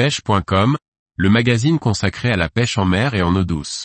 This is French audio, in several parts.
pêche.com, le magazine consacré à la pêche en mer et en eau douce.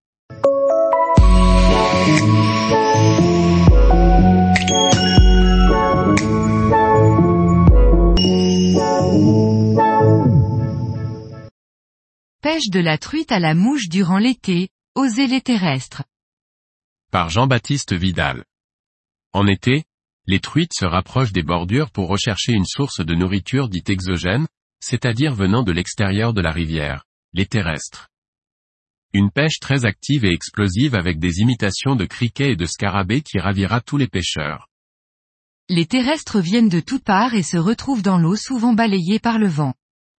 Pêche de la truite à la mouche durant l'été, osez les terrestres. Par Jean-Baptiste Vidal. En été, les truites se rapprochent des bordures pour rechercher une source de nourriture dite exogène, c'est-à-dire venant de l'extérieur de la rivière, les terrestres. Une pêche très active et explosive avec des imitations de criquets et de scarabées qui ravira tous les pêcheurs. Les terrestres viennent de toutes parts et se retrouvent dans l'eau souvent balayés par le vent.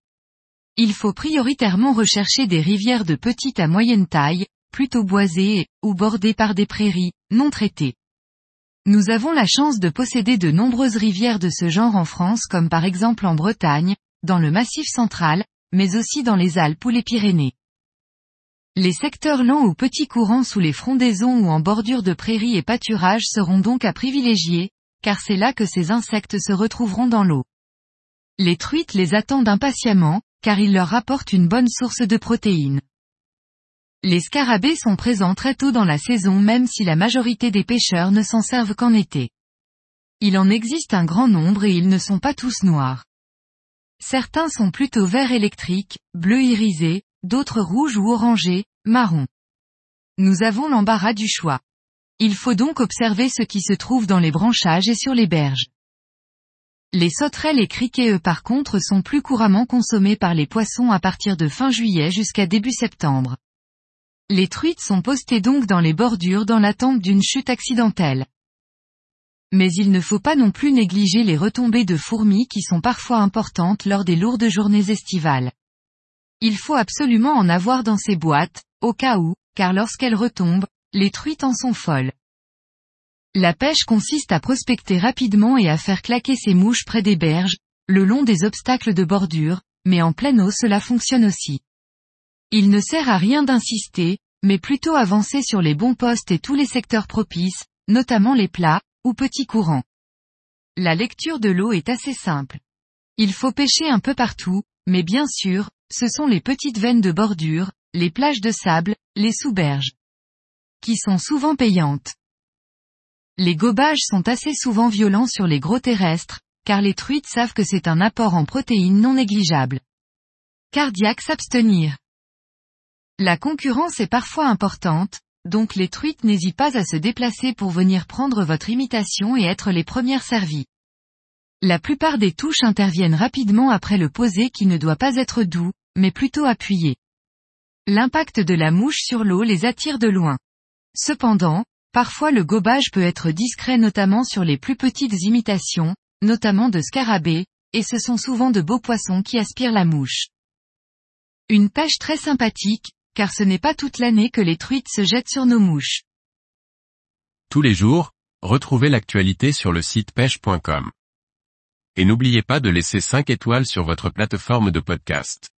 Il faut prioritairement rechercher des rivières de petite à moyenne taille, plutôt boisées ou bordées par des prairies, non traitées. Nous avons la chance de posséder de nombreuses rivières de ce genre en France comme par exemple en Bretagne, dans le Massif central, mais aussi dans les Alpes ou les Pyrénées. Les secteurs lents ou petits courants sous les frondaisons ou en bordure de prairies et pâturages seront donc à privilégier, car c'est là que ces insectes se retrouveront dans l'eau. Les truites les attendent impatiemment, car ils leur apportent une bonne source de protéines. Les scarabées sont présents très tôt dans la saison même si la majorité des pêcheurs ne s'en servent qu'en été. Il en existe un grand nombre et ils ne sont pas tous noirs. Certains sont plutôt vert électrique, bleu irisé, d'autres rouges ou orangés, marron. Nous avons l'embarras du choix. Il faut donc observer ce qui se trouve dans les branchages et sur les berges. Les sauterelles et criquets eux par contre sont plus couramment consommés par les poissons à partir de fin juillet jusqu'à début septembre. Les truites sont postées donc dans les bordures dans l'attente d'une chute accidentelle. Mais il ne faut pas non plus négliger les retombées de fourmis qui sont parfois importantes lors des lourdes journées estivales. Il faut absolument en avoir dans ces boîtes, au cas où, car lorsqu'elles retombent, les truites en sont folles. La pêche consiste à prospecter rapidement et à faire claquer ces mouches près des berges, le long des obstacles de bordure, mais en pleine eau cela fonctionne aussi. Il ne sert à rien d'insister, mais plutôt avancer sur les bons postes et tous les secteurs propices, notamment les plats, ou petits courants. La lecture de l'eau est assez simple. Il faut pêcher un peu partout, mais bien sûr, ce sont les petites veines de bordure, les plages de sable, les sous-berges, qui sont souvent payantes. Les gobages sont assez souvent violents sur les gros terrestres, car les truites savent que c'est un apport en protéines non négligeable. Cardiaque s'abstenir. La concurrence est parfois importante, donc les truites n'hésitent pas à se déplacer pour venir prendre votre imitation et être les premières servies. La plupart des touches interviennent rapidement après le posé qui ne doit pas être doux, mais plutôt appuyé. L'impact de la mouche sur l'eau les attire de loin. Cependant, parfois le gobage peut être discret notamment sur les plus petites imitations, notamment de scarabées, et ce sont souvent de beaux poissons qui aspirent la mouche. Une pêche très sympathique, car ce n'est pas toute l'année que les truites se jettent sur nos mouches. Tous les jours, retrouvez l'actualité sur le site pêche.com. Et n'oubliez pas de laisser 5 étoiles sur votre plateforme de podcast.